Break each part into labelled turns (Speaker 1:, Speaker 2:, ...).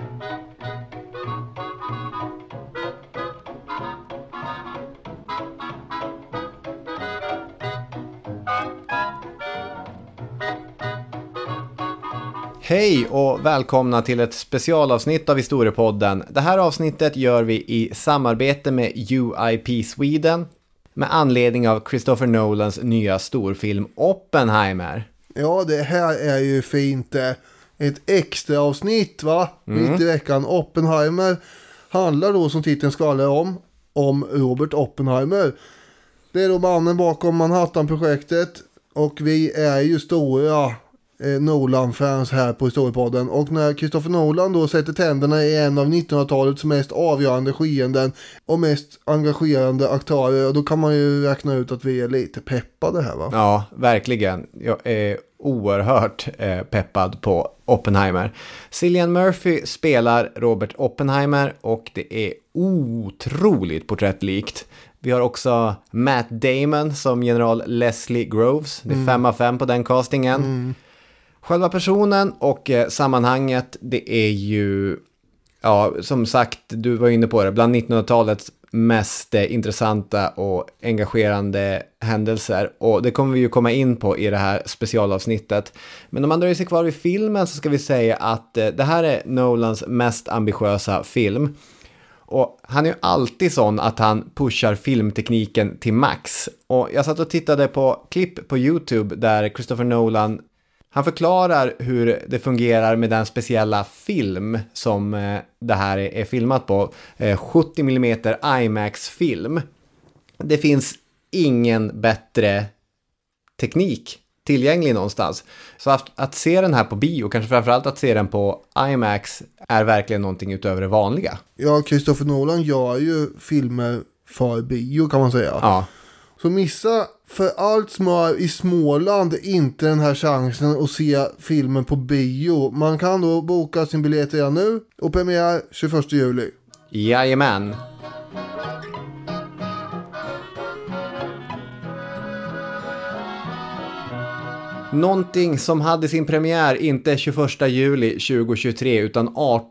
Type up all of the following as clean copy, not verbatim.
Speaker 1: Hej och välkomna till ett specialavsnitt av Historiepodden. Det här avsnittet gör vi i samarbete med UIP Sweden med anledning av Christopher Nolans nya storfilm Oppenheimer.
Speaker 2: Ja, det här är ju fint. Ett extra avsnitt, va? Mitt i veckan. Oppenheimer handlar då, som titeln skvallrar om Robert Oppenheimer. Det är då mannen bakom Manhattan-projektet. Och vi är ju stora Nolan-fans här på Historiepodden. Och när Christopher Nolan då sätter tänderna i en av 1900-talets mest avgörande skeenden och mest engagerande aktörer, då kan man ju räkna ut att vi är lite peppade här, va?
Speaker 1: Ja, verkligen. Jag är oerhört peppad på Oppenheimer. Cillian Murphy spelar Robert Oppenheimer och det är otroligt porträttlikt. Vi har också Matt Damon som general Leslie Groves. Det är 5 av 5 på den castingen. Själva personen och sammanhanget, det är ju, ja, som sagt, du var inne på det, bland 1900-talets mest intressanta och engagerande händelser. Och det kommer vi ju komma in på i det här specialavsnittet. Men om man dröjer sig kvar vid filmen så ska vi säga att det här är Nolans mest ambitiösa film. Och han är ju alltid sån att han pushar filmtekniken till max. Och jag satt och tittade på klipp på YouTube där Christopher Nolan, han förklarar hur det fungerar med den speciella film som det här är filmat på. 70 mm IMAX-film. Det finns ingen bättre teknik tillgänglig någonstans. Så att se den här på bio, kanske framförallt att se den på IMAX, är verkligen någonting utöver det vanliga.
Speaker 2: Ja, Christopher Nolan gör ju filmer för bio, kan man säga.
Speaker 1: Ja.
Speaker 2: Så missa för allt smör i Småland inte den här chansen att se filmen på bio. Man kan då boka sin biljett redan nu och premiär 21 juli.
Speaker 1: Jajamän. Någonting som hade sin premiär inte 21 juli 2023 utan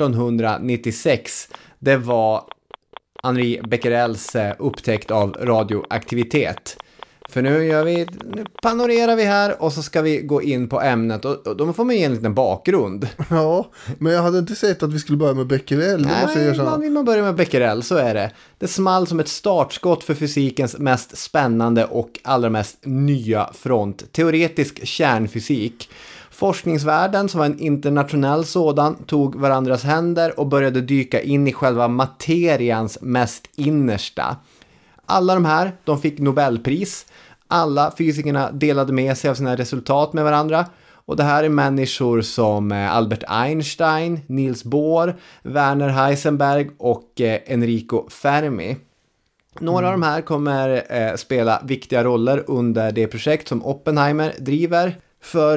Speaker 1: 1896, det var Henri Becquerels upptäckt av radioaktivitet. För nu panorerar vi här och så ska vi gå in på ämnet och då får man ge en liten bakgrund.
Speaker 2: Ja, men jag hade inte sett att vi skulle börja med Becquerel.
Speaker 1: Nej, man börjar med Becquerel, så är det. Det small som ett startskott för fysikens mest spännande och allra mest nya front. Teoretisk kärnfysik. Forskningsvärlden, som var en internationell sådan, tog varandras händer och började dyka in i själva materians mest innersta. Alla de här, de fick Nobelpris. Alla fysikerna delade med sig av sina resultat med varandra. Och det här är människor som Albert Einstein, Niels Bohr, Werner Heisenberg och Enrico Fermi. Några av de här kommer spela viktiga roller under det projekt som Oppenheimer driver. För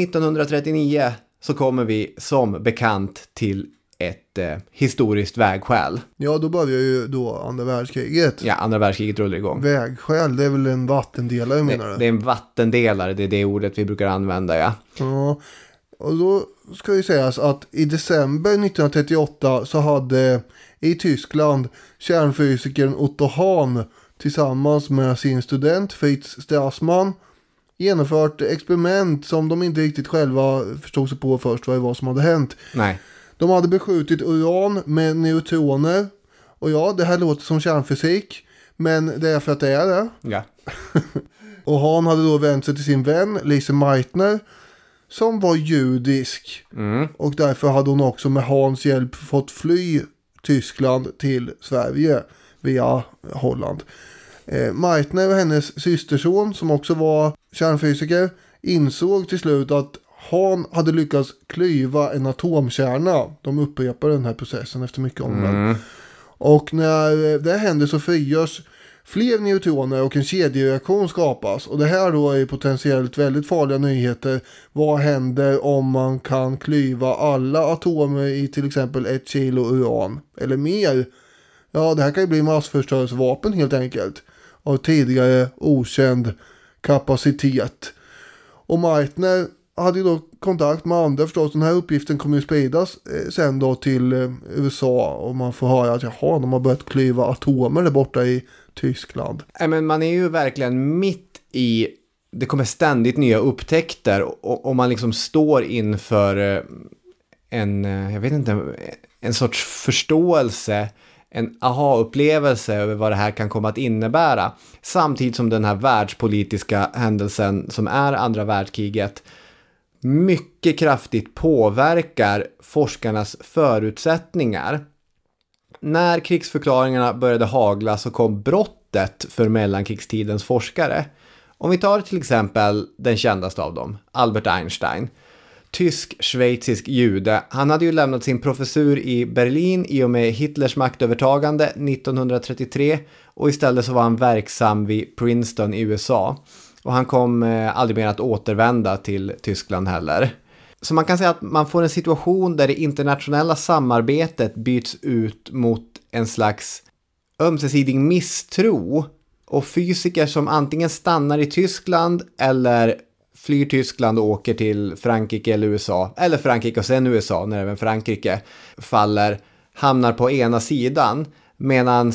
Speaker 1: 1939 så kommer vi som bekant till ett historiskt vägskäl.
Speaker 2: Ja, då börjar ju då andra världskriget.
Speaker 1: Ja, andra världskriget rullar igång.
Speaker 2: Vägskäl, det är väl en vattendelare, menar du?
Speaker 1: Det är en vattendelare, det är det ordet vi brukar använda, ja.
Speaker 2: Ja, och då ska ju sägas att i december 1938 så hade i Tyskland kärnfysikern Otto Hahn tillsammans med sin student Fritz Strassmann genomfört experiment som de inte riktigt själva förstod sig på först vad det var som hade hänt.
Speaker 1: Nej.
Speaker 2: De hade beskjutit uran med neutroner. Och ja, det här låter som kärnfysik, men det är för att det är det.
Speaker 1: Ja.
Speaker 2: Och han hade då vänt sig till sin vän Lise Meitner, som var judisk. Och därför hade hon också med Hans hjälp fått fly Tyskland till Sverige via Holland. Meitner och hennes systerson, som också var kärnfysiker, insåg till slut att han hade lyckats klyva en atomkärna. De upprepar den här processen efter mycket om den. Och när det händer så frigörs fler neutroner och en kedjereaktion skapas. Och det här då är potentiellt väldigt farliga nyheter. Vad händer om man kan klyva alla atomer i till exempel 1 kilo uran eller mer? Ja, det här kan ju bli massförstörelsevapen helt enkelt. Av tidigare okänd kapacitet. Och Meitner hade ju då kontakt med andra förstås. Den här uppgiften kommer ju spridas sen då till USA. Och man får höra att de har börjat klyva atomer där borta i Tyskland.
Speaker 1: Men man är ju verkligen mitt i, det kommer ständigt nya upptäckter. Och man liksom står inför en sorts förståelse, en aha-upplevelse över vad det här kan komma att innebära. Samtidigt som den här världspolitiska händelsen som är andra världskriget mycket kraftigt påverkar forskarnas förutsättningar. När krigsförklaringarna började hagla så kom brottet för mellankrigstidens forskare. Om vi tar till exempel den kändaste av dem, Albert Einstein. Tysk-schweizisk jude. Han hade ju lämnat sin professur i Berlin i och med Hitlers maktövertagande 1933 och istället så var han verksam vid Princeton i USA. Och han kom aldrig mer att återvända till Tyskland heller. Så man kan säga att man får en situation där det internationella samarbetet byts ut mot en slags ömsesidig misstro. Och fysiker som antingen stannar i Tyskland eller flyr Tyskland och åker till Frankrike eller USA. Eller Frankrike och sen USA när även Frankrike faller. Hamnar på ena sidan medan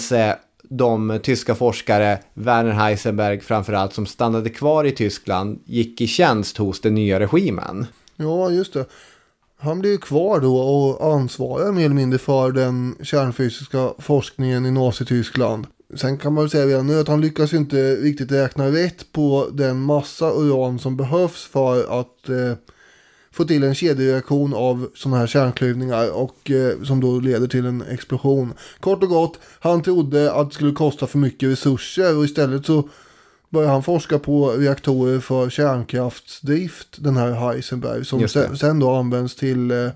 Speaker 1: de tyska forskare, Werner Heisenberg framförallt, som stannade kvar i Tyskland gick i tjänst hos den nya regimen.
Speaker 2: Ja, just det. Han blev ju kvar då och ansvarade mer eller mindre för den kärnfysiska forskningen i Nazityskland. Sen kan man väl säga redan nu att han lyckas ju inte riktigt räkna rätt på den massa uran som behövs för att få till en kedjereaktion av sådana här kärnklyvningar och som då leder till en explosion. Kort och gott, han trodde att det skulle kosta för mycket resurser och istället så började han forska på reaktorer för kärnkraftsdrift, den här Heisenberg, som sen då används till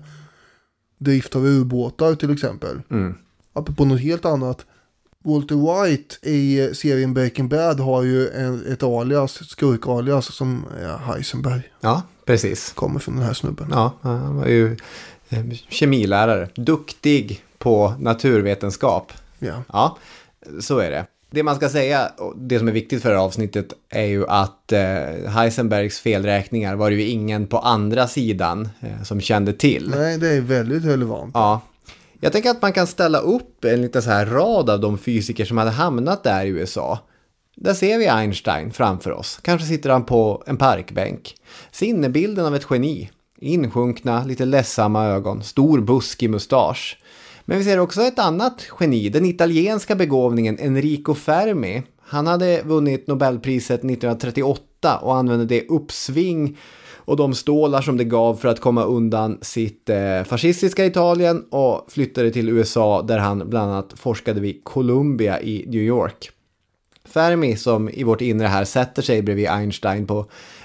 Speaker 2: drift av ubåtar till exempel. Apropå något helt annat. Walter White i serien Breaking Bad har ju ett alias, skurk-alias som är Heisenberg.
Speaker 1: Ja, precis.
Speaker 2: Kommer från den här snubben.
Speaker 1: Ja, han var ju kemilärare. Duktig på naturvetenskap. Ja, så är det. Det man ska säga, det som är viktigt för det här avsnittet, är ju att Heisenbergs felräkningar var ju ingen på andra sidan som kände till.
Speaker 2: Nej, det är väldigt relevant.
Speaker 1: Ja. Jag tänker att man kan ställa upp en liten så här rad av de fysiker som hade hamnat där i USA. Där ser vi Einstein framför oss. Kanske sitter han på en parkbänk. Sinnebilden av ett geni. Insjunkna, lite ledsamma ögon. Stor buskig mustasch. Men vi ser också ett annat geni. Den italienska begåvningen Enrico Fermi. Han hade vunnit Nobelpriset 1938 och använde det uppsving och de stålar som det gav för att komma undan sitt fascistiska Italien och flyttade till USA där han bland annat forskade vid Columbia i New York. Fermi, som i vårt inre här sätter sig bredvid Einstein på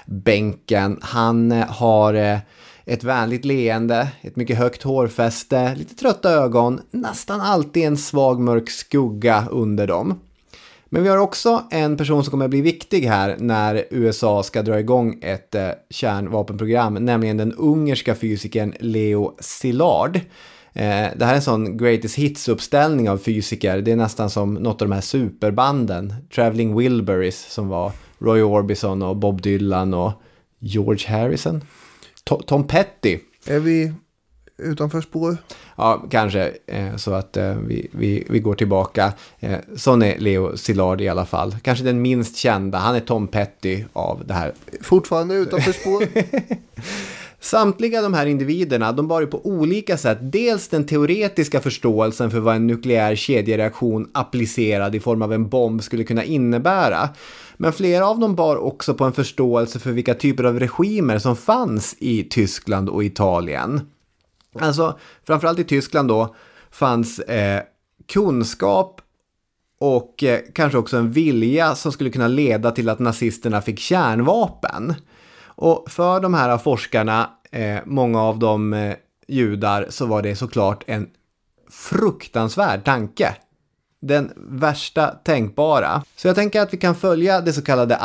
Speaker 1: bänken, han har ett vänligt leende, ett mycket högt hårfäste, lite trötta ögon, nästan alltid en svag mörk skugga under dem. Men vi har också en person som kommer att bli viktig här när USA ska dra igång ett kärnvapenprogram, nämligen den ungerska fysikern Leo Szilard. Det här är en sån greatest hits-uppställning av fysiker. Det är nästan som något av de här superbanden. Traveling Wilburys som var Roy Orbison och Bob Dylan och George Harrison. Tom Petty.
Speaker 2: Är vi utanför spår?
Speaker 1: Ja, kanske. Så att vi går tillbaka. Sån är Leo Szilard i alla fall. Kanske den minst kända. Han är Tom Petty av det här.
Speaker 2: Fortfarande utanför spår.
Speaker 1: Samtliga de här individerna, de bar ju på olika sätt dels den teoretiska förståelsen för vad en nukleär kedjereaktion applicerad i form av en bomb skulle kunna innebära. Men flera av dem bar också på en förståelse för vilka typer av regimer som fanns i Tyskland och Italien. Alltså, framförallt i Tyskland då fanns kunskap och kanske också en vilja som skulle kunna leda till att nazisterna fick kärnvapen. Och för de här forskarna, många av dem judar, så var det såklart en fruktansvärd tanke. Den värsta tänkbara. Så jag tänker att vi kan följa det så kallade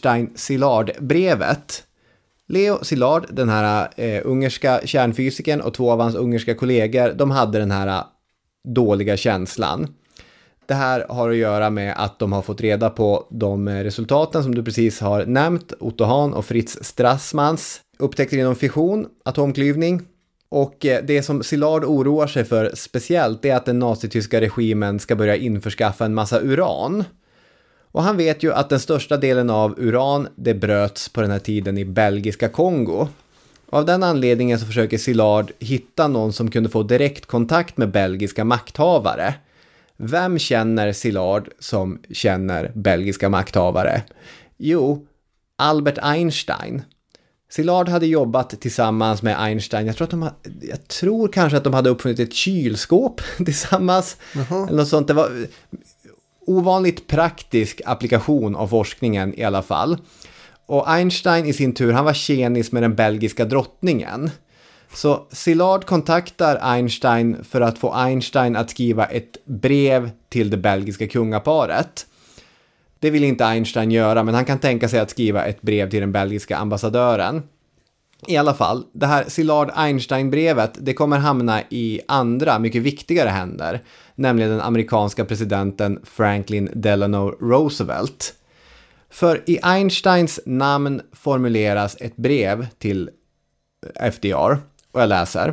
Speaker 1: Einstein-Szilard-brevet. Leo Szilard, den här ungerska kärnfysikern, och två av hans ungerska kollegor, de hade den här dåliga känslan. Det här har att göra med att de har fått reda på de resultaten som du precis har nämnt, Otto Hahn och Fritz Strassmans upptäckter inom fission, atomklyvning. Och det som Szilard oroar sig för speciellt är att den nazityska regimen ska börja införskaffa en massa uran. Och han vet ju att den största delen av uran det bröts på den här tiden i belgiska Kongo. Av den anledningen så försöker Szilard hitta någon som kunde få direktkontakt med belgiska makthavare. Vem känner Szilard som känner belgiska makthavare? Jo, Albert Einstein. Szilard hade jobbat tillsammans med Einstein. Jag tror kanske att de hade uppfunnit ett kylskåp tillsammans. Eller något sånt. Det var ovanligt praktisk applikation av forskningen i alla fall. Och Einstein i sin tur, han var tjenis med den belgiska drottningen. Så Szilard kontaktar Einstein för att få Einstein att skriva ett brev till det belgiska kungaparet. Det vill inte Einstein göra, men han kan tänka sig att skriva ett brev till den belgiska ambassadören. I alla fall, det här Szilard-Einstein-brevet, det kommer hamna i andra, mycket viktigare händer. Nämligen den amerikanska presidenten Franklin Delano Roosevelt. För i Einsteins namn formuleras ett brev till FDR, och jag läser.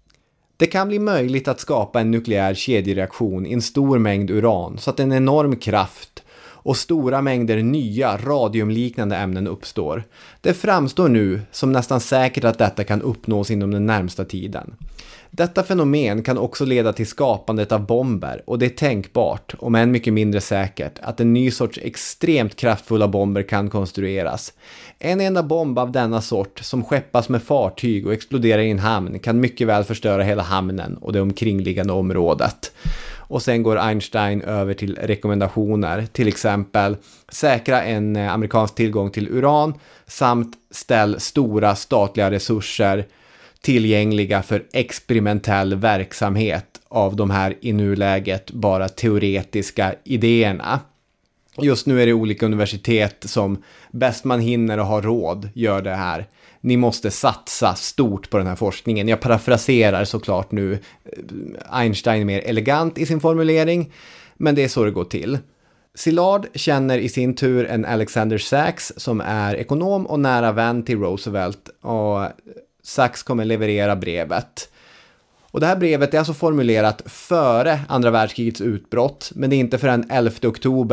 Speaker 1: Det kan bli möjligt att skapa en nukleär kedjereaktion i en stor mängd uran så att en enorm kraft och stora mängder nya radiumliknande ämnen uppstår. Det framstår nu som nästan säkert att detta kan uppnås inom den närmsta tiden. Detta fenomen kan också leda till skapandet av bomber och det är tänkbart, om än mycket mindre säkert, att en ny sorts extremt kraftfulla bomber kan konstrueras. En enda bomb av denna sort som skeppas med fartyg och exploderar i en hamn kan mycket väl förstöra hela hamnen och det omkringliggande området. Och sen går Einstein över till rekommendationer, till exempel säkra en amerikansk tillgång till uran samt ställ stora statliga resurser tillgängliga för experimentell verksamhet av de här i nuläget bara teoretiska idéerna. Just nu är det olika universitet som bäst man hinner och har råd gör det här. Ni måste satsa stort på den här forskningen. Jag parafraserar såklart nu Einstein mer elegant i sin formulering, men det är så det går till. Szilard känner i sin tur en Alexander Sachs som är ekonom och nära vän till Roosevelt, och Sachs kommer leverera brevet. Och det här brevet är alltså formulerat före andra världskrigets utbrott, men det är inte förrän 11 oktober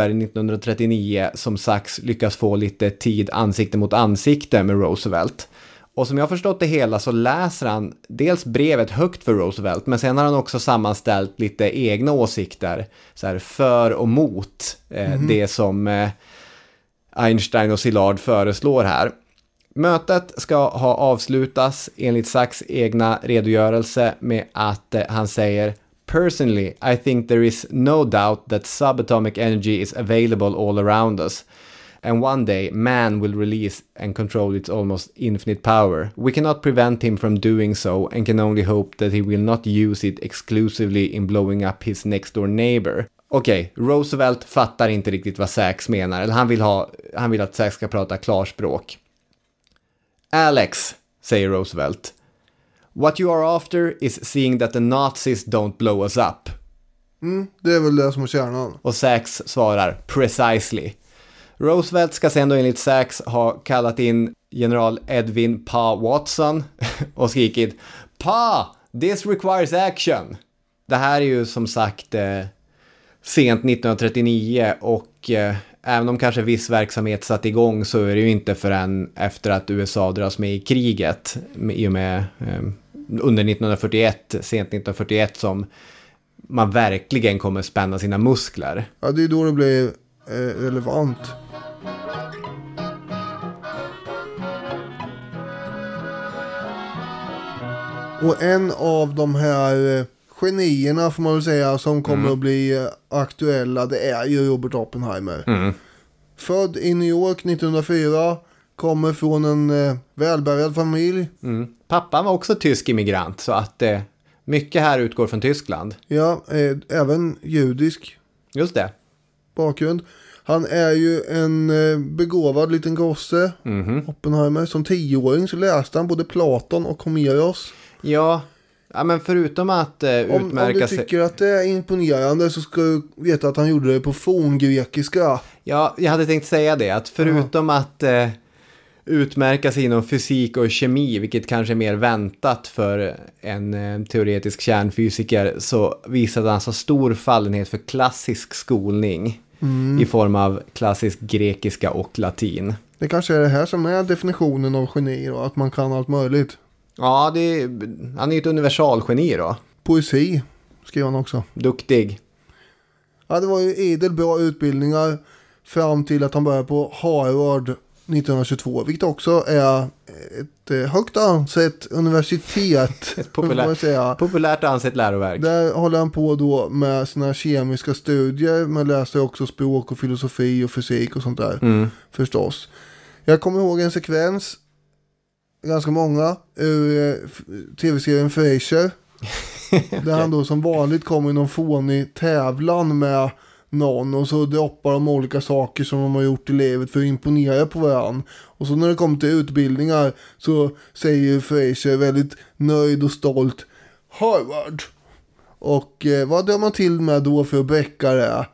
Speaker 1: 1939 som Sachs lyckas få lite tid ansikte mot ansikte med Roosevelt. Och som jag har förstått det hela så läser han dels brevet högt för Roosevelt, men sen har han också sammanställt lite egna åsikter så här för och mot det som Einstein och Szilard föreslår här. Mötet ska ha avslutats enligt Sachs egna redogörelse med att han säger "Personally, I think there is no doubt that subatomic energy is available all around us. And one day, man will release and control its almost infinite power. We cannot prevent him from doing so and can only hope that he will not use it exclusively in blowing up his next door neighbor." Okej, Roosevelt fattar inte riktigt vad Sachs menar. Eller han vill att Sachs ska prata klarspråk. "Alex", säger Roosevelt, "what you are after is seeing that the Nazis don't blow us up."
Speaker 2: Det är väl det som är kärnan.
Speaker 1: Och Sachs svarar "precisely". Roosevelt ska sen då enligt Sachs ha kallat in general Edwin Pa Watson och skrikit "Pa, this requires action." Det här är ju som sagt sent 1939 och även om kanske viss verksamhet satt igång så är det ju inte förrän efter att USA dras med i kriget i och med under 1941, sent 1941 som man verkligen kommer spänna sina muskler.
Speaker 2: Ja, det är då det blir relevant. Och en av de här genierna får man väl säga som kommer att bli aktuella, det är ju Robert Oppenheimer. Född i New York 1904, kommer från en välbärgad familj.
Speaker 1: Pappan var också tysk immigrant så att mycket här utgår från Tyskland.
Speaker 2: Ja, även judisk.
Speaker 1: Just det.
Speaker 2: Bakgrund. Han är ju en begåvad liten gosse, Oppenheimer. Som 10-åring så läste han både Platon och Homeros.
Speaker 1: Ja, men förutom att utmärka
Speaker 2: om du tycker att det är imponerande så ska du veta att han gjorde det på forngrekiska.
Speaker 1: Ja, jag hade tänkt säga det. Att förutom att utmärka sig inom fysik och kemi, vilket kanske är mer väntat för en teoretisk kärnfysiker, så visade han så stor fallenhet för klassisk skolning i form av klassisk grekiska och latin.
Speaker 2: Det kanske är det här som är definitionen av geni då, att man kan allt möjligt.
Speaker 1: Ja, han är ju ett universalgeni då.
Speaker 2: Poesi skrev han också.
Speaker 1: Duktig.
Speaker 2: Ja, det var ju idel bra utbildningar fram till att han började på Harvard 1922, vilket också är ett högt ansett universitet.
Speaker 1: Ett populärt ansett läroverk.
Speaker 2: Där håller han på då med sina kemiska studier, men läser också språk och filosofi och fysik och sånt där, förstås. Jag kommer ihåg en sekvens, ganska många, ur tv-serien Frasier. Där han då som vanligt kommer i någon fånig tävlan med någon och så droppar de olika saker som de har gjort i livet för att imponera på varandra. Och så när det kommer till utbildningar så säger Frasier väldigt nöjd och stolt Harvard. Och vad drar man till med då för att bräcka det?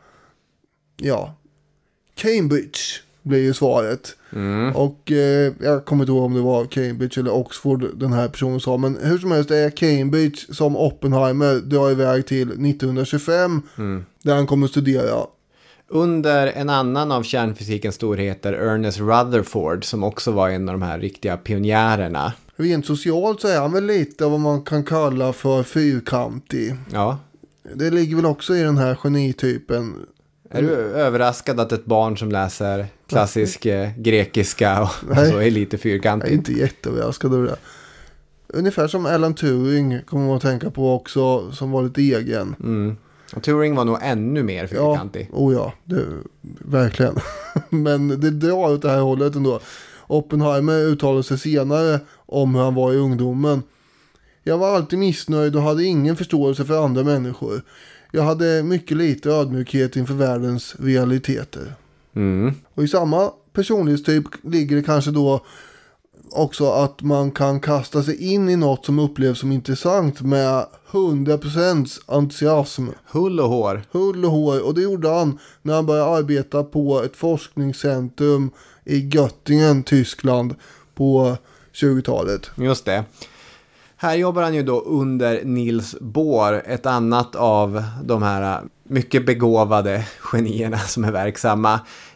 Speaker 2: Ja, Cambridge blir ju svaret. Och jag kommer inte ihåg om det var Cambridge eller Oxford den här personen sa, men hur som helst är Cambridge som Oppenheimer drar iväg till 1925 där han kommer att studera.
Speaker 1: Under en annan av kärnfysikens storheter, Ernest Rutherford, som också var en av de här riktiga pionjärerna.
Speaker 2: Rent socialt så är han väl lite vad man kan kalla för fyrkantig.
Speaker 1: Ja.
Speaker 2: Det ligger väl också i den här genitypen.
Speaker 1: Är du överraskad att ett barn som läser klassisk grekiska och så är lite fyrkantig?
Speaker 2: Jag är inte jätteöverraskad över det. Ungefär som Alan Turing kommer man att tänka på också, som var lite egen.
Speaker 1: Och Turing var nog ännu mer fyrkantig.
Speaker 2: Ja, verkligen. Men det drar åt det här hållet ändå. Oppenheimer uttalade sig senare om hur han var i ungdomen. Jag var alltid missnöjd och hade ingen förståelse för andra människor. Jag hade mycket lite ödmjukhet inför världens realiteter. Och i samma personlighetstyp ligger det kanske då också att man kan kasta sig in i något som upplevs som intressant med 100% entusiasm.
Speaker 1: Hull och hår. Och det gjorde han när han började arbeta på ett forskningscentrum i Göttingen, Tyskland på 20-talet. Just det. Här jobbar han ju då under Niels Bohr, ett annat av de här mycket begåvade genierna som är verksamma.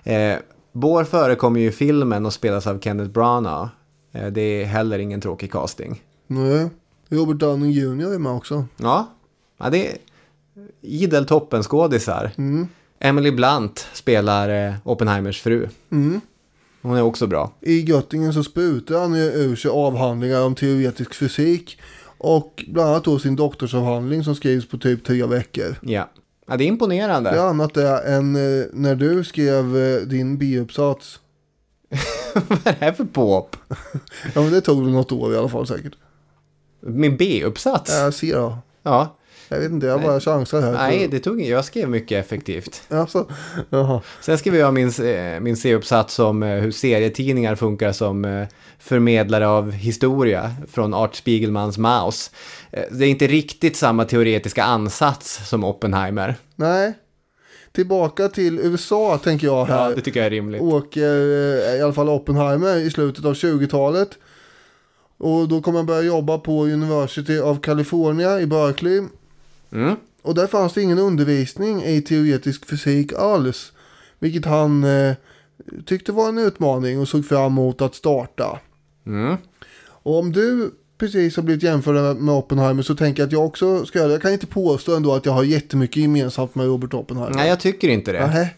Speaker 1: Bohr förekommer ju i filmen och spelas av Kenneth Branagh. Det är heller ingen tråkig casting.
Speaker 2: Nej, Robert Downey Jr. är med också.
Speaker 1: Ja, det är idel toppenskådisar. Emily Blunt spelar Oppenheimers fru. Hon är också bra.
Speaker 2: I Göttingen så sprutar han ur sig avhandlingar om teoretisk fysik och bland annat då sin doktorsavhandling som skrivs på typ 3 veckor.
Speaker 1: Ja, det är imponerande.
Speaker 2: Det är annat det än när du skrev din biuppsats.
Speaker 1: Vad är det här för påp?
Speaker 2: Ja, men det tog väl något år i alla fall säkert.
Speaker 1: Min B-uppsats?
Speaker 2: Jag ser då.
Speaker 1: Ja.
Speaker 2: Jag vet inte, jag bara chansar här.
Speaker 1: Nej, jag skrev mycket effektivt.
Speaker 2: Alltså, jaha.
Speaker 1: Sen skrev jag min C-uppsats om hur serietidningar funkar som förmedlare av historia från Art Spiegelmans Maus. Det är inte riktigt samma teoretiska ansats som Oppenheimer.
Speaker 2: Nej. Tillbaka till USA tänker jag här.
Speaker 1: Ja, det tycker jag är rimligt.
Speaker 2: Åker i alla fall Oppenheimer i slutet av 20-talet. Och då kommer han börja jobba på University of California i Berkeley. Och där fanns det ingen undervisning i teoretisk fysik alls. Vilket han tyckte var en utmaning och såg fram emot att starta. Och om du precis har blivit jämförd med Oppenheimer så tänker jag att jag också ska göra det. Jag kan inte påstå ändå att jag har jättemycket gemensamt med Robert Oppenheimer.
Speaker 1: Nej, jag tycker inte det.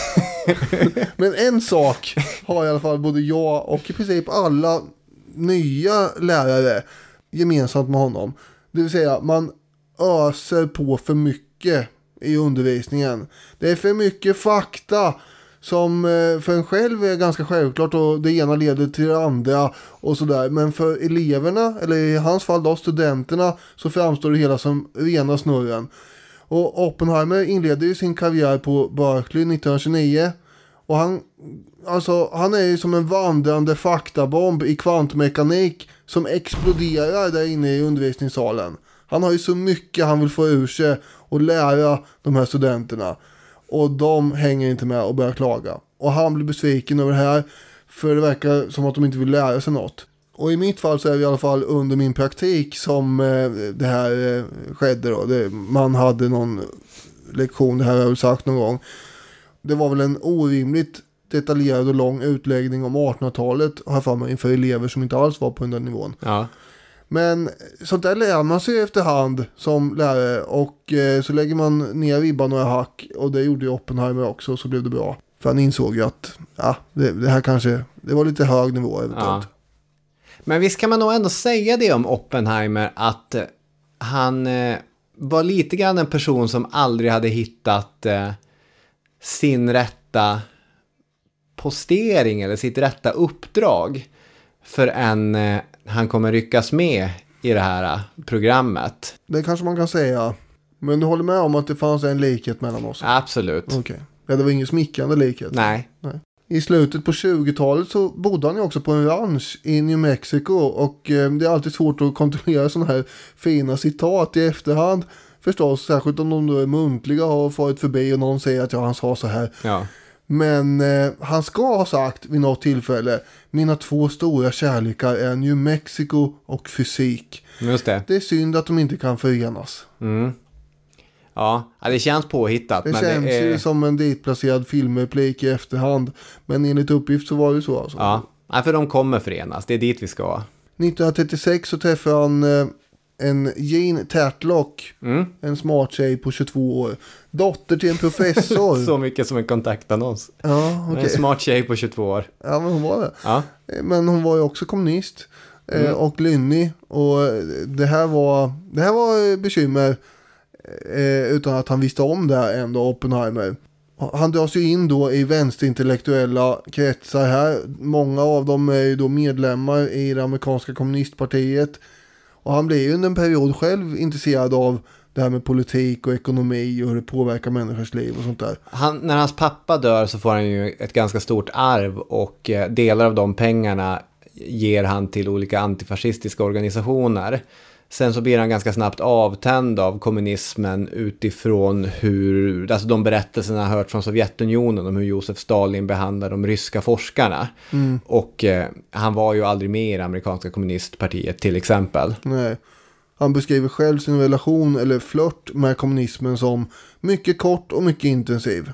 Speaker 2: Men en sak har i alla fall både jag och i princip alla nya lärare gemensamt med honom. Det vill säga, man öser på för mycket i undervisningen. Det är för mycket fakta som för en själv är ganska självklart och det ena leder till det andra och sådär. Men för eleverna, eller i hans fall då studenterna, så framstår det hela som rena snurren. Och Oppenheimer inledde ju sin karriär på Berkeley 1929 och han är ju som en vandrande faktabomb i kvantmekanik som exploderar där inne i undervisningssalen. Han har ju så mycket han vill få ur sig och lära de här studenterna. Och de hänger inte med och börjar klaga. Och han blir besviken över det här. För det verkar som att de inte vill lära sig något. Och i mitt fall så är det i alla fall under min praktik som det här skedde då. Man hade någon lektion, det här har jag väl sagt någon gång. Det var väl en orimligt detaljerad och lång utläggning om 1800-talet har jag för mig inför elever som inte alls var på den där nivån.
Speaker 1: Ja.
Speaker 2: Men sånt där lär man sig efterhand som lärare och så lägger man ner ribban några hack och det gjorde ju Oppenheimer också och så blev det bra. För han insåg ju att det här kanske, det var lite hög nivå eventuellt.
Speaker 1: Ja. Men visst kan man nog ändå säga det om Oppenheimer att han var lite grann en person som aldrig hade hittat sin rätta postering eller sitt rätta uppdrag förrän han kommer ryckas med i det här programmet.
Speaker 2: Det kanske man kan säga. Men du håller med om att det fanns en likhet mellan oss?
Speaker 1: Absolut.
Speaker 2: Okej. Ja, det var ingen smickrande likhet.
Speaker 1: Nej.
Speaker 2: I slutet på 20-talet så bodde han ju också på en ranch i New Mexico och det är alltid svårt att kontrollera sådana här fina citat i efterhand. Förstås, särskilt om de då är muntliga och har farit förbi och någon säger att han sa så här.
Speaker 1: Ja.
Speaker 2: Men han ska ha sagt vid något tillfälle: mina 2 stora kärlekar är New Mexico och fysik.
Speaker 1: Just det.
Speaker 2: Det är synd att de inte kan förenas.
Speaker 1: Mm. Ja, det känns påhittat.
Speaker 2: Det
Speaker 1: men
Speaker 2: känns ju som en ditplacerad filmreplik i efterhand. Men enligt uppgift så var det så alltså.
Speaker 1: Ja, för de kommer förenas. Det är dit vi ska.
Speaker 2: 1936 så träffade han en Jean Tatlock. En smart tjej på 22 år. Dotter till en professor.
Speaker 1: Så mycket som en kontaktannons.
Speaker 2: Ja, okay.
Speaker 1: En smart tjej på 22 år.
Speaker 2: Ja, men hon var det.
Speaker 1: Ja.
Speaker 2: Men hon var ju också kommunist. Och lynnig. Och det här var bekymmer. Utan att han visste om det ändå, Oppenheimer. Han dras ju in då i vänsterintellektuella kretsar här. Många av dem är ju då medlemmar i det amerikanska kommunistpartiet. Och han blir ju under en period själv intresserad av det här med politik och ekonomi och hur det påverkar människors liv och sånt där.
Speaker 1: När hans pappa dör så får han ju ett ganska stort arv och delar av de pengarna ger han till olika antifascistiska organisationer. Sen så blir han ganska snabbt avtänd av kommunismen utifrån hur, alltså de berättelserna har hört från Sovjetunionen om hur Josef Stalin behandlar de ryska forskarna. Och han var ju aldrig med i det amerikanska kommunistpartiet till exempel.
Speaker 2: Nej. Han beskriver själv sin relation eller flört med kommunismen som mycket kort och mycket intensiv.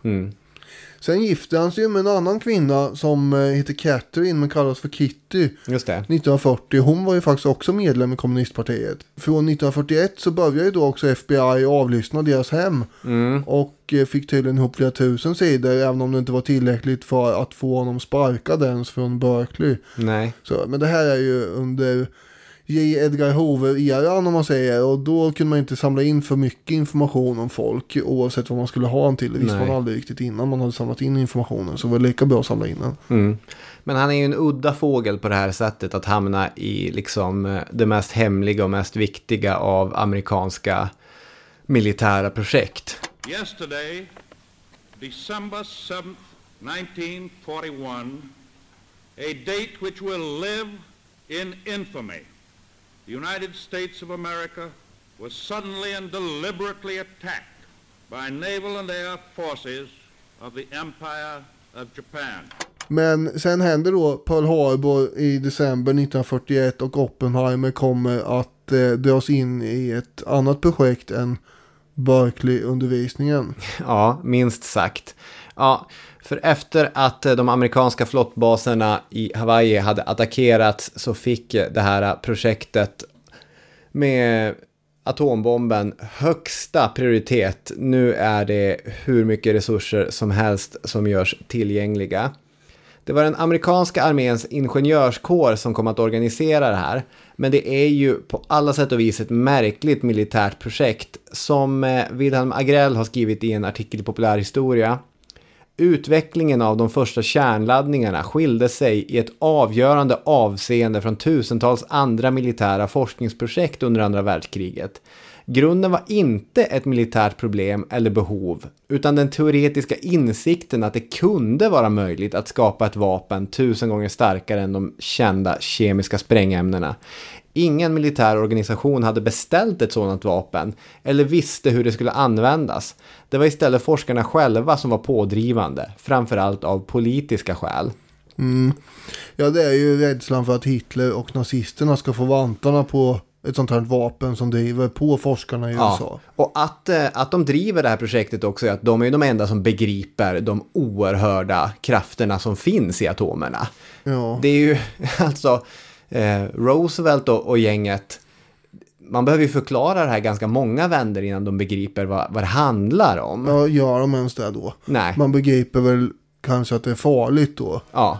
Speaker 2: Sen gifte han sig med en annan kvinna som heter Catherine men kallas för Kitty.
Speaker 1: Just det.
Speaker 2: 1940. Hon var ju faktiskt också medlem i kommunistpartiet. Från 1941 så började ju då också FBI avlyssna deras hem. Och fick tydligen ihop flera tusen sidor, även om det inte var tillräckligt för att få honom sparkad ens från Berkeley.
Speaker 1: Nej.
Speaker 2: Så, men det här är ju under J. Edgar Hoover-eran om man säger, och då kunde man inte samla in för mycket information om folk oavsett vad man skulle ha den till. Det visste man aldrig riktigt innan man hade samlat in informationen, så det var lika bra att samla in den.
Speaker 1: Men han är ju en udda fågel på det här sättet att hamna i liksom det mest hemliga och mest viktiga av amerikanska militära projekt.
Speaker 3: Yesterday, December 7th, 1941, a date which will live in infamy. The United States of America was suddenly and deliberately attacked by naval and air forces of the Empire of Japan.
Speaker 2: Men sen händer då Pearl Harbor i december 1941 och Oppenheimer kommer att dras in i ett annat projekt än Berkeley-undervisningen.
Speaker 1: Ja, minst sagt. Ja, för efter att de amerikanska flottbaserna i Hawaii hade attackerats så fick det här projektet med atombomben högsta prioritet. Nu är det hur mycket resurser som helst som görs tillgängliga. Det var den amerikanska arméns ingenjörskår som kom att organisera det här. Men det är ju på alla sätt och vis ett märkligt militärt projekt som Wilhelm Agrell har skrivit i en artikel i Populärhistoria. Utvecklingen av de första kärnladdningarna skilde sig i ett avgörande avseende från tusentals andra militära forskningsprojekt under andra världskriget. Grunden var inte ett militärt problem eller behov, utan den teoretiska insikten att det kunde vara möjligt att skapa ett vapen 1000 gånger starkare än de kända kemiska sprängämnena. Ingen militär organisation hade beställt ett sådant vapen eller visste hur det skulle användas. Det var istället forskarna själva som var pådrivande, framförallt av politiska skäl.
Speaker 2: Ja, det är ju rädslan för att Hitler och nazisterna ska få vantarna på ett sånt här vapen som driver på forskarna i USA.
Speaker 1: Och att de driver det här projektet också är att de är de enda som begriper de oerhörda krafterna som finns i atomerna.
Speaker 2: Ja.
Speaker 1: Det är ju alltså Roosevelt och gänget, man behöver ju förklara det här ganska många vändor innan de begriper vad det handlar om.
Speaker 2: Ja, gör de ens det då?
Speaker 1: Nej.
Speaker 2: Man begriper väl kanske att det är farligt då.
Speaker 1: Ja.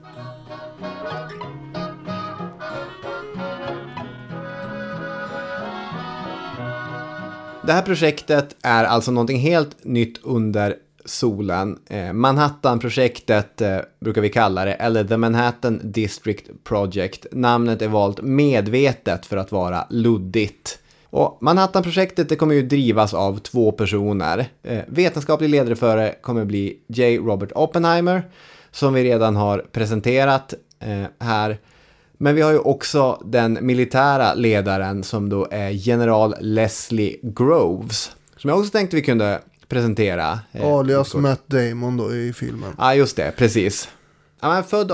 Speaker 1: Det här projektet är alltså någonting helt nytt under solen. Manhattan-projektet brukar vi kalla det, eller The Manhattan District Project. Namnet är valt medvetet för att vara luddigt. Och Manhattan-projektet det kommer ju drivas av 2 personer. Vetenskaplig ledare för det kommer bli J. Robert Oppenheimer, som vi redan har presenterat här. Men vi har ju också den militära ledaren som då är general Leslie Groves, som jag också tänkte vi kunde presentera.
Speaker 2: Alias Matt Damon då i filmen.
Speaker 1: Ja, just det, precis. Han är född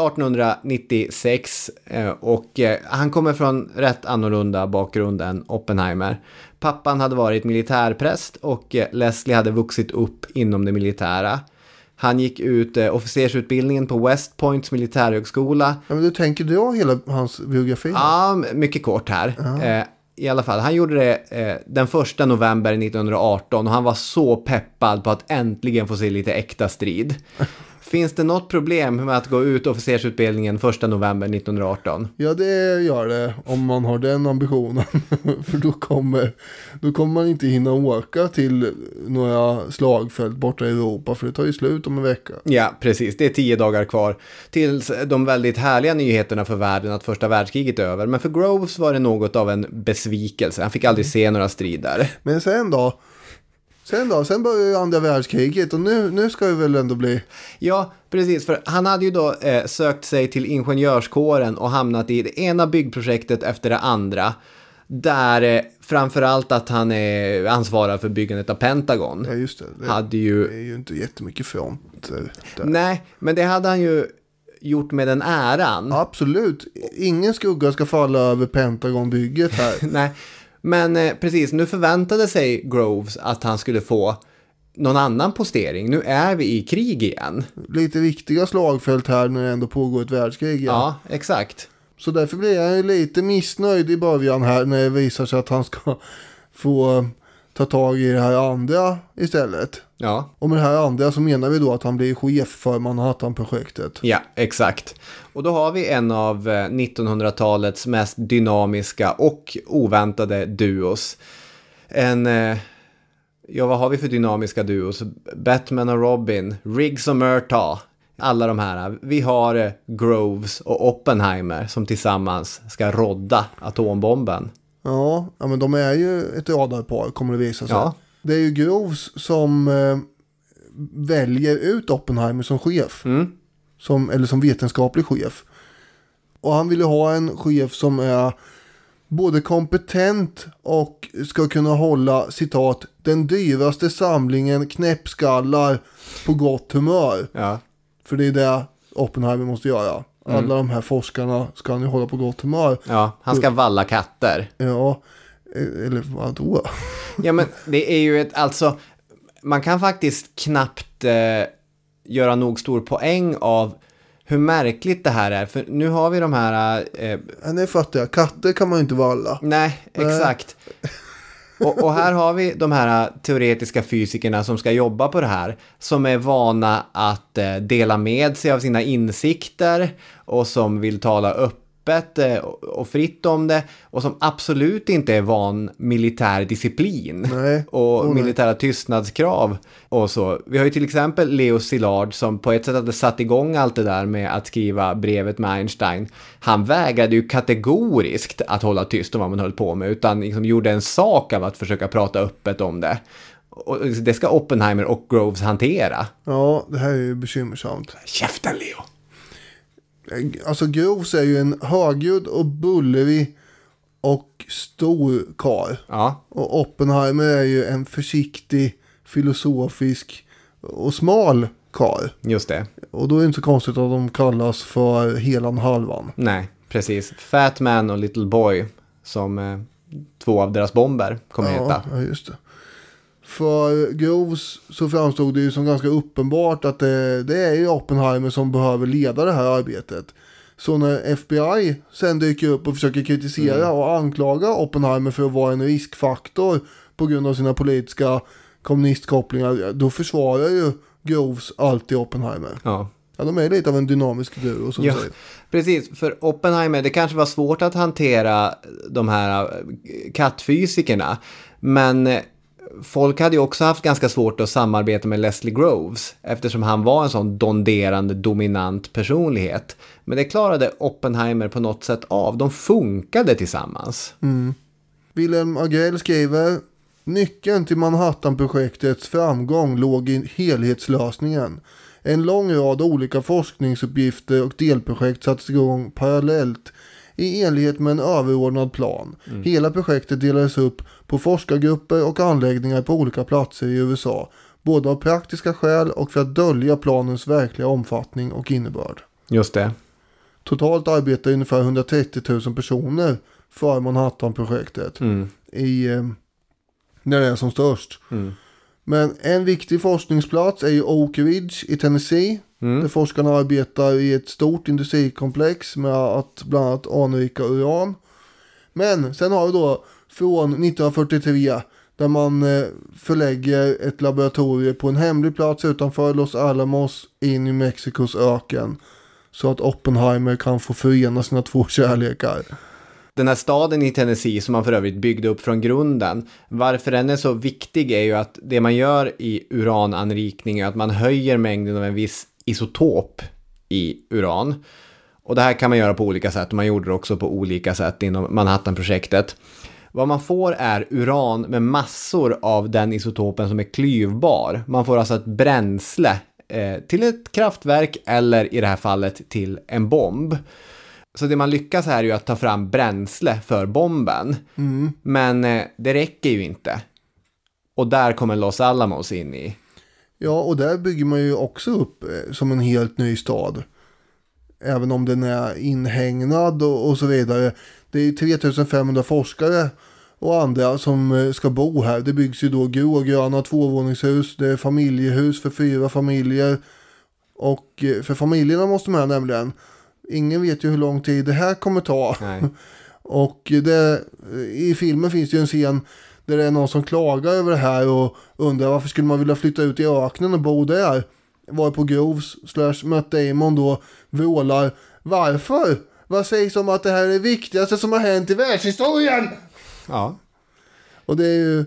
Speaker 1: 1896 och han kommer från rätt annorlunda bakgrund än Oppenheimer. Pappan hade varit militärpräst och Leslie hade vuxit upp inom det militära. Han gick ut officersutbildningen på West Points militärhögskola.
Speaker 2: Ja, men du tänker dra hela hans biografi?
Speaker 1: Ja, mycket kort här. I alla fall, han gjorde det den 1 november 1918 och han var så peppad på att äntligen få se lite äkta strid. Finns det något problem med att gå ut officersutbildningen 1 november 1918?
Speaker 2: Ja, det gör det om man har den ambitionen. För då kommer man inte hinna åka till några slagfält borta i Europa, för det tar ju slut om en vecka.
Speaker 1: Ja, precis. Det är 10 dagar kvar tills de väldigt härliga nyheterna för världen att första världskriget är över. Men för Groves var det något av en besvikelse. Han fick aldrig se några strider.
Speaker 2: Men sen började ju andra världskriget och nu ska det väl ändå bli...
Speaker 1: Ja, precis. För han hade ju då sökt sig till ingenjörskåren och hamnat i det ena byggprojektet efter det andra. Där framförallt att han är ansvarig för byggandet av Pentagon.
Speaker 2: Ja, just det. Det är ju inte jättemycket front där.
Speaker 1: Nej, men det hade han ju gjort med den äran.
Speaker 2: Absolut. Ingen skugga ska falla över Pentagonbygget här.
Speaker 1: Nej. Men precis, nu förväntade sig Groves att han skulle få någon annan postering. Nu är vi i krig igen.
Speaker 2: Lite viktiga slagfält här när det ändå pågår ett världskrig.
Speaker 1: Ja, exakt.
Speaker 2: Så därför blir jag lite missnöjd i början här när det visar sig att han ska få ta tag i det här andra istället.
Speaker 1: Ja.
Speaker 2: Och med det här andra så menar vi då att han blir chef för Manhattan-projektet.
Speaker 1: Ja, exakt. Och då har vi en av 1900-talets mest dynamiska och oväntade duos. Vad har vi för dynamiska duos? Batman och Robin, Riggs och Murtaugh. Alla de här. Vi har Groves och Oppenheimer som tillsammans ska rodda atombomben.
Speaker 2: Ja, men de är ju ett radarpar, kommer det visa sig.
Speaker 1: Ja.
Speaker 2: Det är ju Groves som väljer ut Oppenheimer som chef. Som vetenskaplig chef. Och han vill ju ha en chef som är både kompetent och ska kunna hålla, citat, den dyraste samlingen knäppskallar på gott humör.
Speaker 1: Ja.
Speaker 2: För det är det Oppenheimer måste göra. Alla de här forskarna ska han ju hålla på gott humör.
Speaker 1: Ja, han ska valla katter.
Speaker 2: Ja, eller vad då?
Speaker 1: Ja, men det är ju alltså, man kan faktiskt knappt göra nog stor poäng av hur märkligt det här är. För nu har vi de här...
Speaker 2: Nej, fattar jag. Katter kan man ju inte valla.
Speaker 1: Nej, exakt. Och här har vi de här teoretiska fysikerna som ska jobba på det här. Som är vana att dela med sig av sina insikter. Och som vill tala öppet och fritt om det. Och som absolut inte är van militär disciplin.
Speaker 2: Nej.
Speaker 1: Och militära tystnadskrav. Och så. Vi har ju till exempel Leo Szilard som på ett sätt hade satt igång allt det där med att skriva brevet med Einstein. Han vägrade ju kategoriskt att hålla tyst om vad man höll på med. Utan liksom gjorde en sak av att försöka prata öppet om det. Och det ska Oppenheimer och Groves hantera.
Speaker 2: Ja, det här är ju bekymmersamt.
Speaker 1: Käften, Leo!
Speaker 2: Alltså Groves är ju en högljudd och bullrig och stor karl.
Speaker 1: Ja.
Speaker 2: Och Oppenheimer är ju en försiktig, filosofisk och smal karl.
Speaker 1: Just det.
Speaker 2: Och då är det inte så konstigt att de kallas för helan halvan.
Speaker 1: Nej, precis. Fat Man och Little Boy som 2 av deras bomber kommer heta.
Speaker 2: Ja, just det. För Groves så framstod det ju som ganska uppenbart att det är ju Oppenheimer som behöver leda det här arbetet. Så när FBI sen dyker upp och försöker kritisera och anklaga Oppenheimer för att vara en riskfaktor på grund av sina politiska kommunistkopplingar, då försvarar ju Groves alltid Oppenheimer.
Speaker 1: Ja.
Speaker 2: Ja, de är lite av en dynamisk duo som säger.
Speaker 1: Precis, för Oppenheimer, det kanske var svårt att hantera de här kattfysikerna, men folk hade ju också haft ganska svårt att samarbeta med Leslie Groves eftersom han var en sån donderande, dominant personlighet. Men det klarade Oppenheimer på något sätt av. De funkade tillsammans.
Speaker 2: Wilhelm Agrell skriver: nyckeln till Manhattan-projektets framgång låg i helhetslösningen. En lång rad olika forskningsuppgifter och delprojekt sattes igång parallellt i enlighet med en överordnad plan. Hela projektet delades upp på forskargrupper och anläggningar på olika platser i USA, både av praktiska skäl och för att dölja planens verkliga omfattning och innebörd.
Speaker 1: Just det.
Speaker 2: Totalt arbetar ungefär 130 000 personer för Manhattan-projektet när det är som störst. Men en viktig forskningsplats är ju Oak Ridge i Tennessee. Där forskarna arbetar i ett stort industrikomplex med att bland annat anrika uran. Men sen har vi då från 1943 där man förlägger ett laboratorium på en hemlig plats utanför Los Alamos in i Mexikos öken. Så att Oppenheimer kan få förena sina 2 kärlekar.
Speaker 1: Den här staden i Tennessee som man för övrigt byggde upp från grunden, varför den är så viktig är ju att det man gör i urananrikning är att man höjer mängden av en viss isotop i uran. Och det här kan man göra på olika sätt och man gjorde det också på olika sätt inom Manhattan-projektet. Vad man får är uran med massor av den isotopen som är klyvbar. Man får alltså ett bränsle till ett kraftverk eller i det här fallet till en bomb. Så det man lyckas här är ju att ta fram bränsle för bomben. Men det räcker ju inte. Och där kommer Los Alamos in i. Ja,
Speaker 2: och där bygger man ju också upp som en helt ny stad. Även om den är inhägnad och så vidare. Det är 3500 forskare och andra som ska bo här. Det byggs ju då grågröna 2-våningshus. Det är familjehus för 4 familjer. Och för familjerna måste man nämligen. Ingen vet ju hur lång tid det här kommer ta.
Speaker 1: Nej.
Speaker 2: Och i filmen finns det ju en scen där det är någon som klagar över det här och undrar varför skulle man vilja flytta ut i öknen och bo där. Var på Groves / Matt Damon då vrålar: varför? Vad sägs om att det här är det viktigaste som har hänt i världshistorien?
Speaker 1: Ja.
Speaker 2: Och det är ju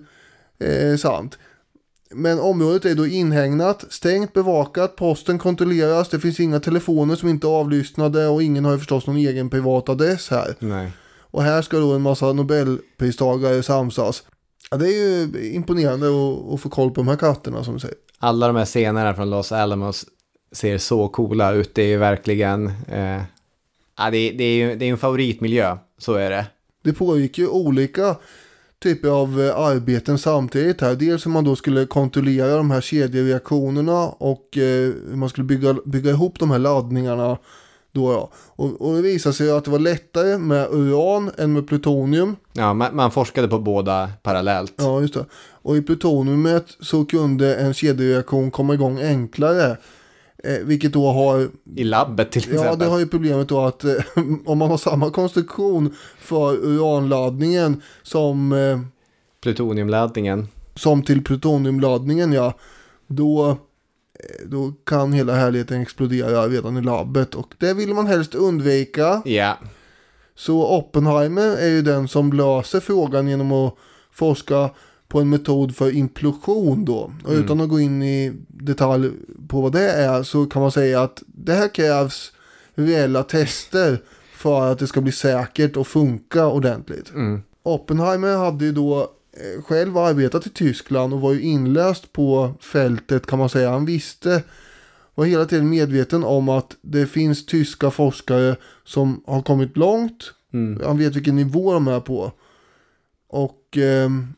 Speaker 2: sant. Men området är då inhägnat, stängt, bevakat, posten kontrolleras, det finns inga telefoner som inte är avlyssnade och ingen har ju förstås någon egen privat adress här.
Speaker 1: Nej.
Speaker 2: Och här ska då en massa Nobelpristagare samsas. Ja, det är ju imponerande att få koll på de här katterna som du säger.
Speaker 1: Alla de här scenerna från Los Alamos ser så coola ut. Det är ju verkligen det är en favoritmiljö, så är det.
Speaker 2: Det pågick ju olika typer av arbeten samtidigt här. Dels hur man då skulle kontrollera de här kedjereaktionerna och hur man skulle bygga ihop de här laddningarna då. Och det visade sig att det var lättare med uran än med plutonium.
Speaker 1: Ja, man forskade på båda parallellt.
Speaker 2: Ja, just det. Och i plutoniumet så kunde en kedjereaktion komma igång enklare. Vilket då har...
Speaker 1: I labbet till exempel.
Speaker 2: Ja, det har ju problemet då att om man har samma konstruktion för uranladdningen som...
Speaker 1: plutoniumladdningen.
Speaker 2: Som till plutoniumladdningen, ja. Då kan hela härligheten explodera redan i labbet. Och det vill man helst undvika.
Speaker 1: Ja.
Speaker 2: Så Oppenheimer är ju den som löser frågan genom att forska på en metod för implosion då. Och utan att gå in i detalj på vad det är så kan man säga att det här krävs reella tester för att det ska bli säkert och funka ordentligt. Oppenheimer hade ju då själv arbetat i Tyskland och var ju inläst på fältet kan man säga. Han var hela tiden medveten om att det finns tyska forskare som har kommit långt. Han vet vilken nivå de är på. Och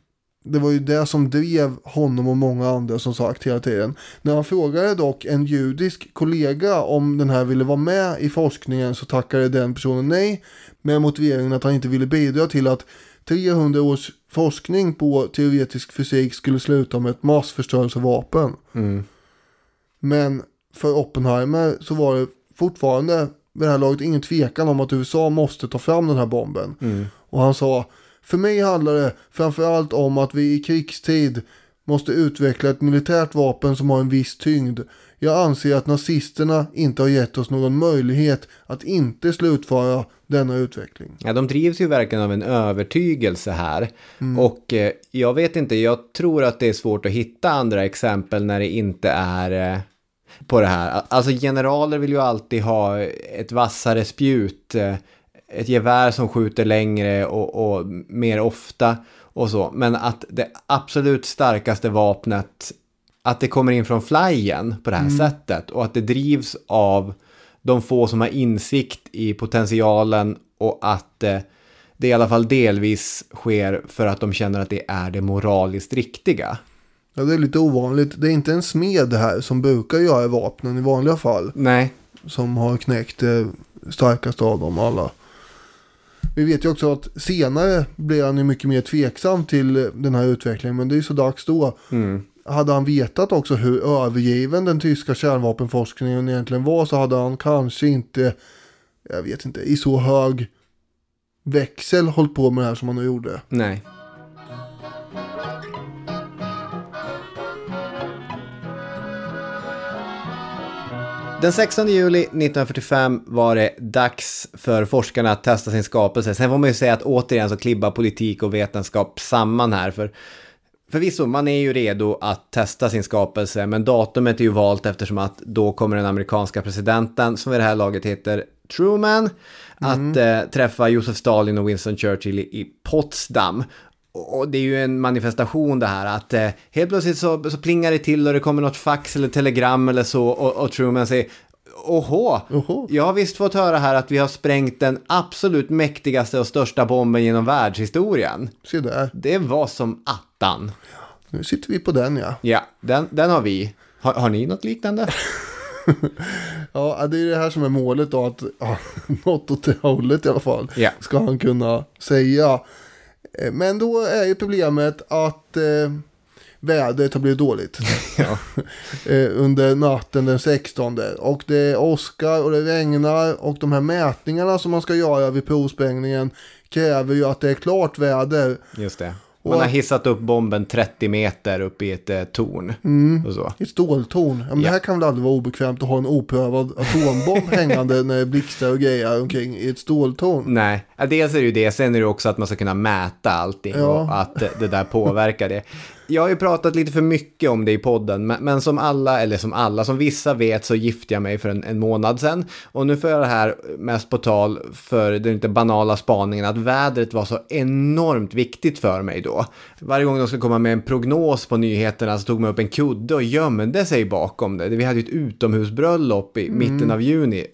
Speaker 2: det var ju det som drev honom och många andra som sagt hela tiden. När han frågade dock en judisk kollega om den här ville vara med i forskningen så tackade den personen nej med motiveringen att han inte ville bidra till att 300 års forskning på teoretisk fysik skulle sluta med ett massförstörelsevapen. Men för Oppenheimer så var det fortfarande vid det här laget ingen tvekan om att USA måste ta fram den här bomben. Och han sa, för mig handlar det framförallt om att vi i krigstid måste utveckla ett militärt vapen som har en viss tyngd. Jag anser att nazisterna inte har gett oss någon möjlighet att inte slutföra denna utveckling.
Speaker 1: Ja, de drivs ju verkligen av en övertygelse här. Och jag vet inte, jag tror att det är svårt att hitta andra exempel när det inte är på det här. Alltså generaler vill ju alltid ha ett vassare spjut, ett gevär som skjuter längre och mer ofta och så. Men att det absolut starkaste vapnet, att det kommer in från flyen på det här sättet och att det drivs av de få som har insikt i potentialen och att det i alla fall delvis sker för att de känner att det är det moraliskt riktiga.
Speaker 2: Ja, det är lite ovanligt. Det är inte en smed här som brukar göra vapnen i vanliga fall.
Speaker 1: Nej.
Speaker 2: Som har knäckt det starkaste av dem alla. Vi vet ju också att senare blev han ju mycket mer tveksam till den här utvecklingen. Men det är ju så dags då. Hade han vetat också hur övergiven den tyska kärnvapenforskningen egentligen var så hade han kanske inte, jag vet inte, i så hög växel hållit på med det här som han gjorde.
Speaker 1: Nej. Den 16 juli 1945 var det dags för forskarna att testa sin skapelse. Sen får man ju säga att återigen så klibbar politik och vetenskap samman här. Förvisso, man är ju redo att testa sin skapelse, men datumet är ju valt eftersom att då kommer den amerikanska presidenten, som vid det här laget heter Truman, att träffa Josef Stalin och Winston Churchill i Potsdam. Och det är ju en manifestation det här att helt plötsligt så plingar det till och det kommer något fax eller telegram eller så och Truman säger Oho, jag har visst fått höra här att vi har sprängt den absolut mäktigaste och största bomben genom världshistorien.
Speaker 2: Se där.
Speaker 1: Det var som attan.
Speaker 2: Nu sitter vi på den, ja.
Speaker 1: Ja, den har vi. Har ni något liknande?
Speaker 2: Ja, det är det här som är målet då, att något åt det hållet i alla fall ska han kunna säga. Men då är ju problemet att vädret har blivit dåligt under natten den 16. Och det åskar och det regnar och de här mätningarna som man ska göra vid provsprängningen kräver ju att det är klart väder.
Speaker 1: Just det. Man har hissat upp bomben 30 meter upp i ett torn. Och så.
Speaker 2: Ett ståltorn. Ja, men det här kan väl aldrig vara obekvämt att ha en oprövad atombomb hängande när det blixtar och grejer omkring i ett ståltorn.
Speaker 1: Nej, dels är det ju det. Sen är det också att man ska kunna mäta allting och att det där påverkar det. Jag har ju pratat lite för mycket om det i podden, men som vissa vet så gifte jag mig för en månad sedan. Och nu får jag det här mest på tal för den inte banala spaningen att vädret var så enormt viktigt för mig då. Varje gång de skulle komma med en prognos på nyheterna så tog man upp en kudde och gömde sig bakom det. Vi hade ju ett utomhusbröllop i mitten av juni.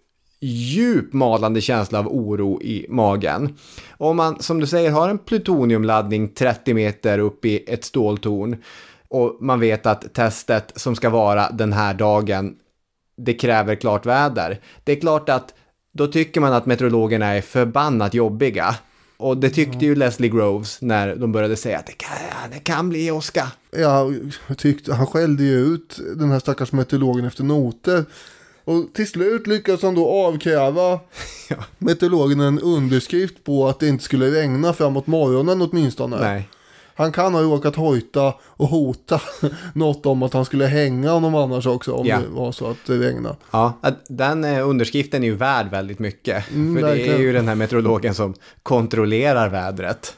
Speaker 1: Djup malande känsla av oro i magen. Om man, som du säger, har en plutoniumladdning 30 meter upp i ett ståltorn och man vet att testet som ska vara den här dagen, det kräver klart väder. Det är klart att då tycker man att meteorologerna är förbannat jobbiga. Och det tyckte ju Leslie Groves när de började säga att det kan bli åska.
Speaker 2: Ja, han skällde ju ut den här stackars meteorologen efter noter. Och till slut lyckades han då avkräva meteorologen en underskrift på att det inte skulle regna framåt morgonen åtminstone.
Speaker 1: Nej.
Speaker 2: Han kan ha råkat hojta och hota något om att han skulle hänga honom annars också om det var så att det regnade. Ja,
Speaker 1: den underskriften är ju värd väldigt mycket. För det är ju den här meteorologen som kontrollerar vädret.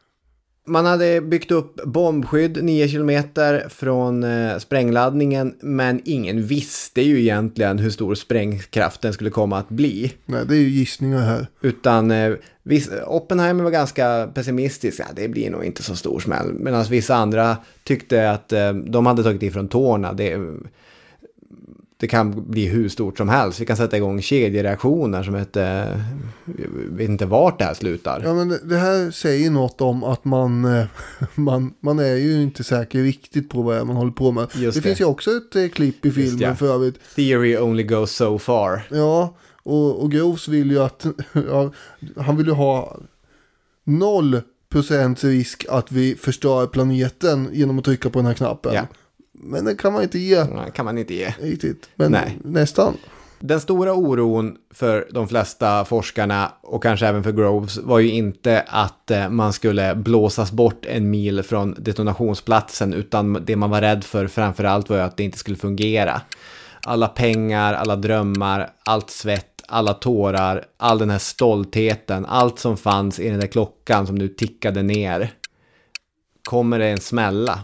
Speaker 1: Man hade byggt upp bombskydd 9 kilometer från sprängladdningen, men ingen visste ju egentligen hur stor sprängkraften skulle komma att bli.
Speaker 2: Nej, det är ju gissningar här.
Speaker 1: Utan Oppenheimer var ganska pessimistisk. Ja, det blir nog inte så stor smäll. Medan vissa andra tyckte att de hade tagit ifrån tårna. det kan bli hur stort som helst. Vi kan sätta igång kedjereaktioner som jag vet inte vart det här slutar.
Speaker 2: Ja, men det här säger något om att man är ju inte säker riktigt på vad man håller på med. Det finns ju också ett klipp i filmen för övrigt.
Speaker 1: Theory only goes so far.
Speaker 2: Ja, och Groves vill ju att han vill ju ha 0% risk att vi förstör planeten genom att trycka på den här knappen.
Speaker 1: Ja.
Speaker 2: Men det kan man inte ge.
Speaker 1: Nej, kan man inte ge.
Speaker 2: Riktigt. Men
Speaker 1: Nej.
Speaker 2: Nästan.
Speaker 1: Den stora oron för de flesta forskarna och kanske även för Groves var ju inte att man skulle blåsas bort en mil från detonationsplatsen, utan det man var rädd för framförallt var ju att det inte skulle fungera. Alla pengar, alla drömmar, allt svett, alla tårar, all den här stoltheten, allt som fanns i den där klockan som nu tickade ner. Kommer det en smälla?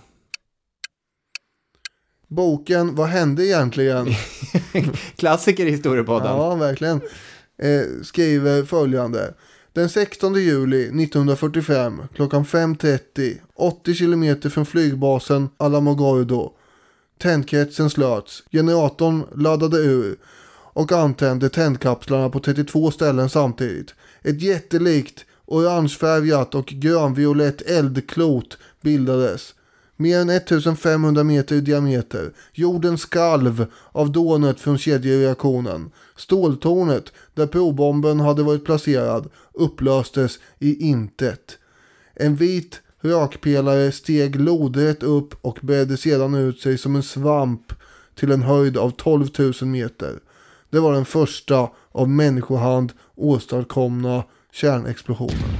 Speaker 2: Boken Vad hände egentligen?
Speaker 1: Klassiker i historiepodden.
Speaker 2: Ja, verkligen. Skriver följande. Den 16 juli 1945 klockan 5:30 80 kilometer från flygbasen Alamogordo. Tändkretsen slöts. Generatorn laddade ur och antände tändkapslarna på 32 ställen samtidigt. Ett jättelikt orangefärgat och grönviolett eldklot bildades. Mer än 1500 meter i diameter. Jorden skalv av dånet från kedjereaktionen. Ståltornet, där provbomben hade varit placerad, upplöstes i intet. En vit rakpelare steg lodrätt upp och bredde sedan ut sig som en svamp till en höjd av 12 000 meter. Det var den första av människohand åstadkomna kärnexplosionen.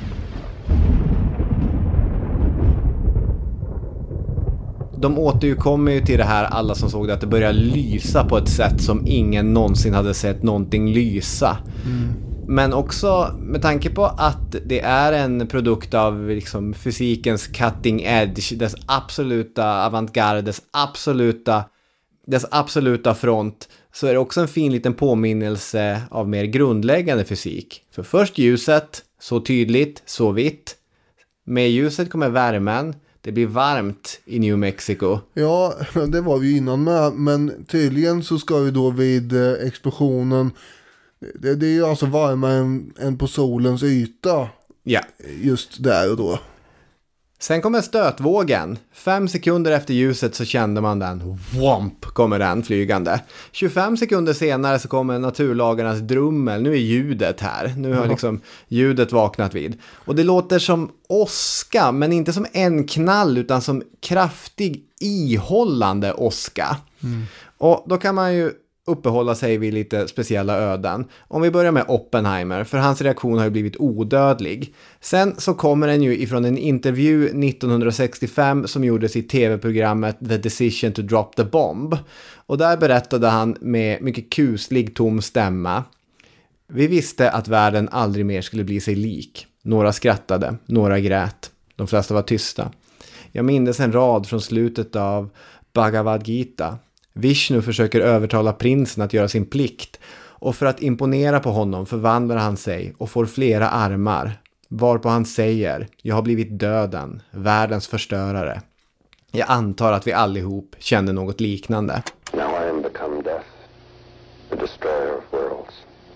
Speaker 1: De återkommer ju till det här, alla som såg det, att det börjar lysa på ett sätt som ingen någonsin hade sett någonting lysa. Men också med tanke på att det är en produkt av liksom fysikens cutting edge, dess absoluta avantgarde, dess absoluta front, så är det också en fin liten påminnelse av mer grundläggande fysik. För först ljuset, så tydligt, så vitt. Med ljuset kommer värmen. Det blir varmt i New Mexico.
Speaker 2: Ja, det var vi ju innan med. Men tydligen så ska vi då vid explosionen. Det är ju alltså varmare än på solens yta.
Speaker 1: Ja.
Speaker 2: Just där och då.
Speaker 1: Sen kommer stötvågen. 5 sekunder efter ljuset så kände man den. Womp kommer den flygande. 25 sekunder senare så kommer naturlagarnas drummel. Nu är ljudet här. Nu har liksom ljudet vaknat vid. Och det låter som åska, men inte som en knall utan som kraftig ihållande åska. Och då kan man ju uppehålla sig vid lite speciella öden. Om vi börjar med Oppenheimer, för hans reaktion har ju blivit odödlig. Sen så kommer den ju ifrån en intervju 1965 som gjordes i tv-programmet The Decision to Drop the Bomb. Och där berättade han med mycket kuslig tom stämma. Vi visste att världen aldrig mer skulle bli sig lik. Några skrattade, några grät. De flesta var tysta. Jag minns en rad från slutet av Bhagavad Gita. Vishnu försöker övertala prinsen att göra sin plikt, och för att imponera på honom förvandlar han sig och får flera armar, varpå han säger: jag har blivit döden, världens förstörare. Jag antar att vi allihop kände något liknande.
Speaker 4: Now I am become death, the destroyer of worlds.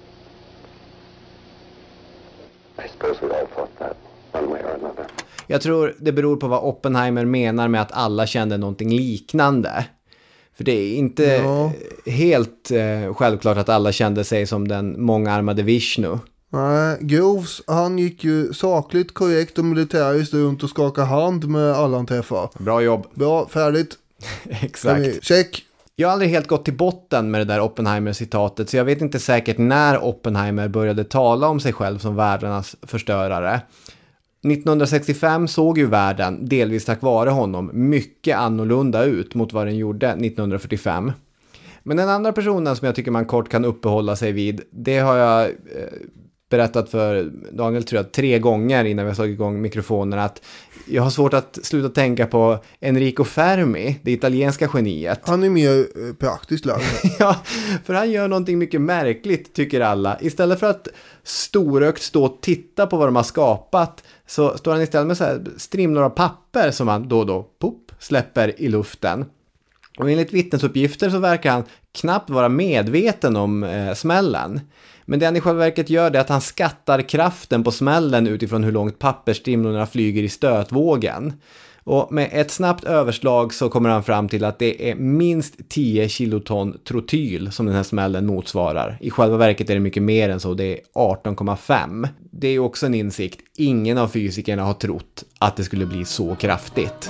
Speaker 4: I suppose we all thought that, one way or another.
Speaker 1: Jag tror det beror på vad Oppenheimer menar med att alla kände någonting liknande. För det är inte helt självklart att alla kände sig som den mångarmade Vishnu.
Speaker 2: Nej, Groves, han gick ju sakligt, korrekt och militäriskt runt och skakade hand med alla han träffade.
Speaker 1: Bra jobb.
Speaker 2: Bra, färdigt.
Speaker 1: Exakt.
Speaker 2: Check.
Speaker 1: Jag har aldrig helt gått till botten med det där Oppenheimer-citatet, så jag vet inte säkert när Oppenheimer började tala om sig själv som världarnas förstörare. 1965 såg ju världen, delvis tack vare honom, mycket annorlunda ut mot vad den gjorde 1945. Men den andra personen som jag tycker man kort kan uppehålla sig vid, det har jag berättat för Daniel, tror jag, 3 gånger innan vi har slagit igång mikrofonerna, att jag har svårt att sluta tänka på Enrico Fermi, det italienska geniet.
Speaker 2: Han är mer praktiskt lagd.
Speaker 1: Ja, för han gör någonting mycket märkligt, tycker alla. Istället för att storögt stå och titta på vad de har skapat, så står han istället med så här strimlor av papper som han då och då släpper i luften. Och enligt vittnesuppgifter så verkar han knappt vara medveten om smällen. Men det han i själva verket gör är att han skattar kraften på smällen utifrån hur långt pappersstrimlorna flyger i stötvågen. Och med ett snabbt överslag så kommer han fram till att det är minst 10 kiloton trotyl som den här smällen motsvarar. I själva verket är det mycket mer än så, det är 18,5. Det är också en insikt. Ingen av fysikerna har trott att det skulle bli så kraftigt.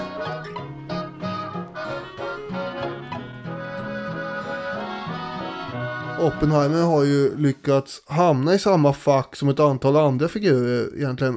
Speaker 2: Oppenheimer har ju lyckats hamna i samma fack som ett antal andra figurer egentligen,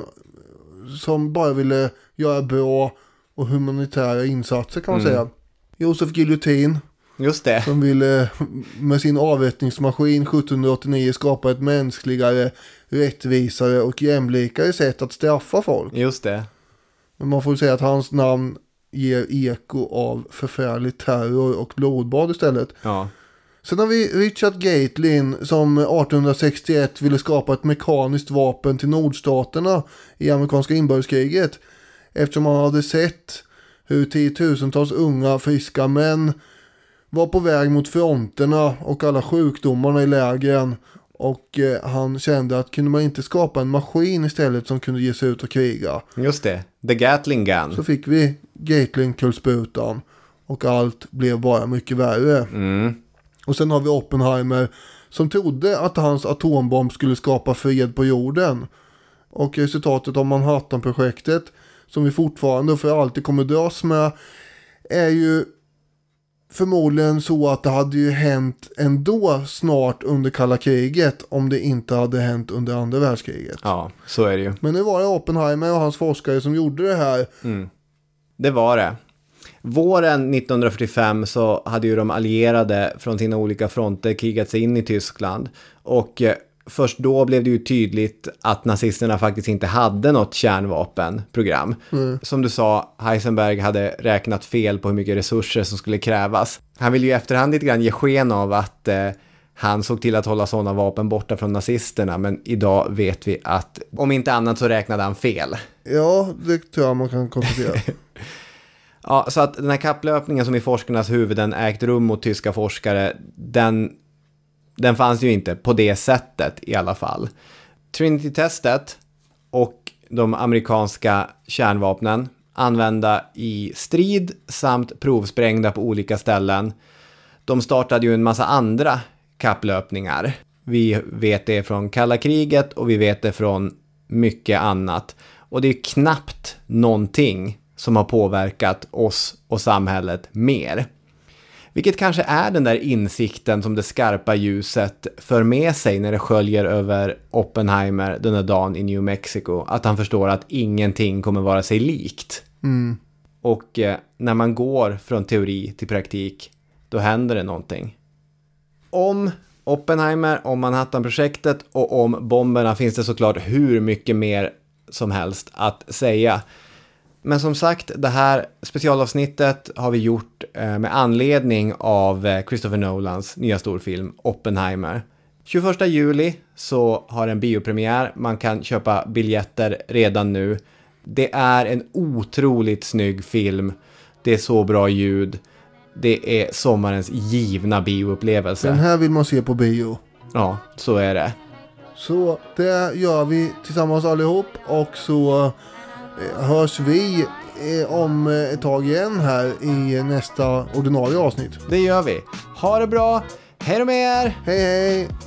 Speaker 2: som bara ville göra bra och humanitära insatser kan man säga. Joseph Guillotin,
Speaker 1: Just det.
Speaker 2: som ville med sin avrättningsmaskin 1789 skapa ett mänskligare, rättvisare och jämlikare sätt att straffa folk.
Speaker 1: Just det.
Speaker 2: Men man får säga att hans namn ger eko av förfärlig terror och blodbad istället.
Speaker 1: Ja.
Speaker 2: Sen har vi Richard Gatlin som 1861 ville skapa ett mekaniskt vapen till nordstaterna i amerikanska inbördeskriget, eftersom han hade sett hur tiotusentals unga friska män var på väg mot fronterna och alla sjukdomarna i lägren, och han kände att kunde man inte skapa en maskin istället som kunde ge sig ut och kriga.
Speaker 1: Just det. The Gatling Gun.
Speaker 2: Så fick vi Gatling-kulsprutan och allt blev bara mycket värre. Och sen har vi Oppenheimer som trodde att hans atombomb skulle skapa fred på jorden. Och resultatet av Manhattan-projektet, som vi fortfarande och för alltid kommer dras med, är ju förmodligen så att det hade ju hänt ändå snart under kalla kriget om det inte hade hänt under andra världskriget.
Speaker 1: Ja, så är det ju.
Speaker 2: Men nu var det Oppenheimer och hans forskare som gjorde det här.
Speaker 1: Det var det. Våren 1945 så hade ju de allierade från sina olika fronter krigat sig in i Tyskland. Och först då blev det ju tydligt att nazisterna faktiskt inte hade något kärnvapenprogram. Som du sa, Heisenberg hade räknat fel på hur mycket resurser som skulle krävas. Han ville ju efterhand lite grann ge sken av att han såg till att hålla sådana vapen borta från nazisterna. Men idag vet vi att om inte annat så räknade han fel.
Speaker 2: Ja, det tror jag man kan konstatera.
Speaker 1: Ja, så att den här kapplöpningen som i forskarnas huvuden ägt rum mot tyska forskare, den fanns ju inte på det sättet i alla fall. Trinity-testet och de amerikanska kärnvapnen använda i strid samt provsprängda på olika ställen. De startade ju en massa andra kapplöpningar. Vi vet det från kalla kriget och vi vet det från mycket annat. Och det är knappt någonting som har påverkat oss och samhället mer. Vilket kanske är den där insikten som det skarpa ljuset för med sig när det sköljer över Oppenheimer den här dagen i New Mexico. Att han förstår att ingenting kommer vara sig likt. Och när man går från teori till praktik, då händer det någonting. Om Oppenheimer, om Manhattan-projektet och om bomberna finns det såklart hur mycket mer som helst att säga. Men som sagt, det här specialavsnittet har vi gjort med anledning av Christopher Nolans nya storfilm Oppenheimer. 21 juli så har en biopremiär. Man kan köpa biljetter redan nu. Det är en otroligt snygg film. Det är så bra ljud. Det är sommarens givna bioupplevelse.
Speaker 2: Den här vill man se på bio.
Speaker 1: Ja, så är det.
Speaker 2: Så det gör vi tillsammans allihop, och så hörs vi om ett tag igen här i nästa ordinarie avsnitt.
Speaker 1: Det gör vi. Ha det bra. Hej då med er!
Speaker 2: Hej hej!